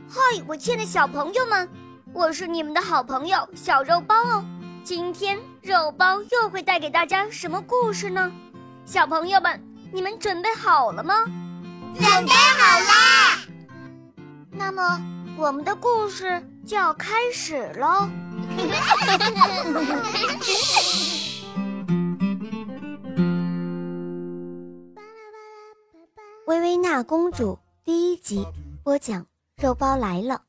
嗨，我亲爱的小朋友们，我是你们的好朋友小肉包哦。今天肉包又会带给大家什么故事呢？小朋友们，你们准备好了吗？ 准备好啦！ 那么我们的故事就要开始喽。薇薇娜公主第1集播讲，肉包来了。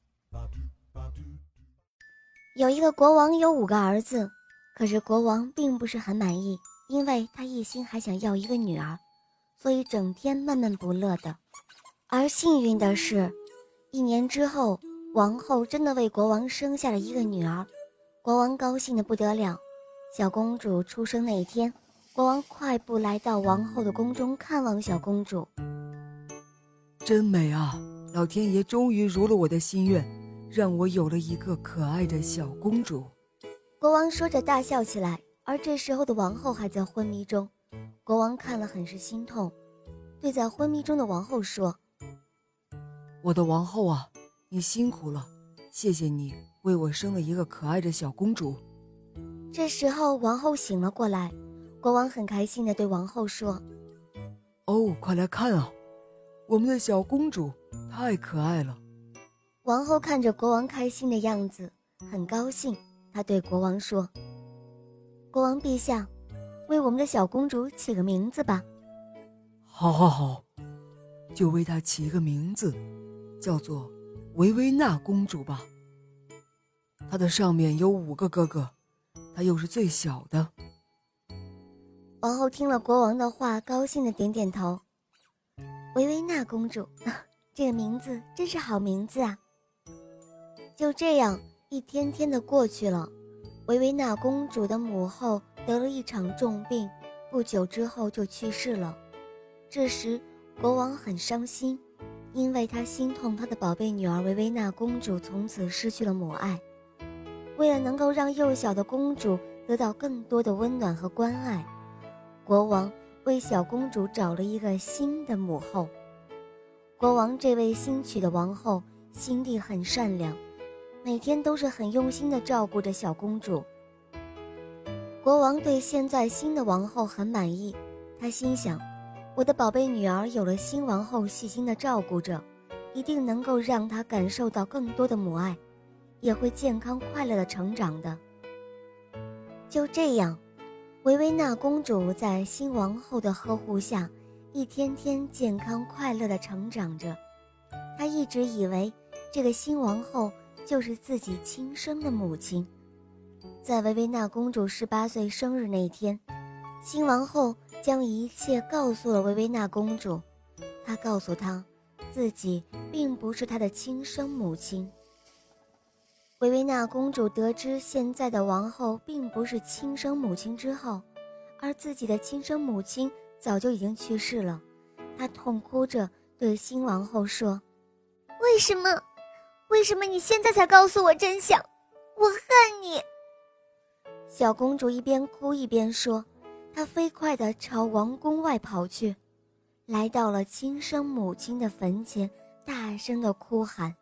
有一个国王有5个儿子，可是国王并不是很满意，因为他一心还想要一个女儿，所以整天闷闷不乐的。而幸运的是，1年之后，王后真的为国王生下了一个女儿，国王高兴得不得了。小公主出生那一天，国王快步来到王后的宫中看望小公主。 真美啊！老天爷终于如了我的心愿，让我有了一个可爱的小公主。 国王说着大笑起来，而这时候的王后还在昏迷中。国王看了很是心痛，对在昏迷中的王后说： 我的王后啊，你辛苦了，谢谢你为我生了一个可爱的小公主。 这时候王后醒了过来，国王很开心地对王后说： 哦，快来看啊，我们的小公主太可爱了。 王后看着国王开心的样子，很高兴，她对国王说：国王陛下，为我们的小公主起个名字吧。 好好好，就为她起一个名字，叫做维维娜公主吧。她的上面有5个哥哥，她又是最小的。 王后听了国王的话，高兴地点点头。维维娜公主，这个名字真是好名字啊。就这样一天天的过去了，维维娜公主的母后得了一场重病，不久之后就去世了。这时国王很伤心，因为他心痛他的宝贝女儿维维娜公主从此失去了母爱。为了能够让幼小的公主得到更多的温暖和关爱，国王为小公主找了一个新的母后。国王这位新娶的王后心地很善良，每天都是很用心地照顾着小公主。国王对现在新的王后很满意，他心想，我的宝贝女儿有了新王后细心地照顾着，一定能够让她感受到更多的母爱，也会健康快乐地成长的。就这样，维维娜公主在新王后的呵护下，一天天健康快乐地成长着。她一直以为这个新王后就是自己亲生的母亲。在维维娜公主18岁生日那天，新王后将一切告诉了维维娜公主。她告诉她，自己并不是她的亲生母亲。维维娜公主得知现在的王后并不是亲生母亲之后，而自己的亲生母亲早就已经去世了。她痛哭着对新王后说：为什么你现在才告诉我真相？我恨你！小公主一边哭一边说，她飞快地朝王宫外跑去，来到了亲生母亲的坟前，大声地哭喊：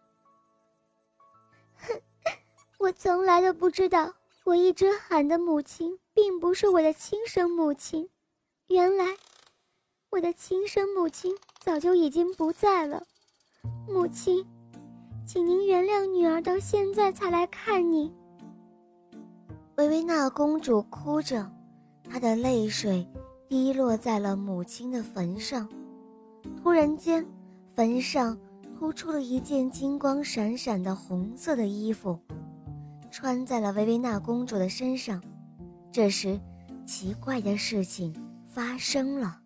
我从来都不知道，我一直喊的母亲并不是我的亲生母亲，原来我的亲生母亲早就已经不在了。母亲，请您原谅女儿到现在才来看你。维维娜公主哭着，她的泪水滴落在了母亲的坟上。突然间，坟上突出了一件金光闪闪的红色的衣服，穿在了维维娜公主的身上。这时，奇怪的事情发生了。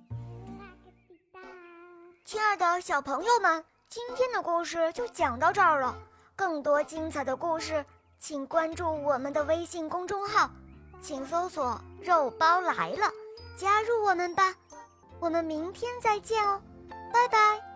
亲爱的小朋友们，今天的故事就讲到这儿了。更多精彩的故事，请关注我们的微信公众号，请搜索“肉包来了”，加入我们吧。我们明天再见哦，拜拜。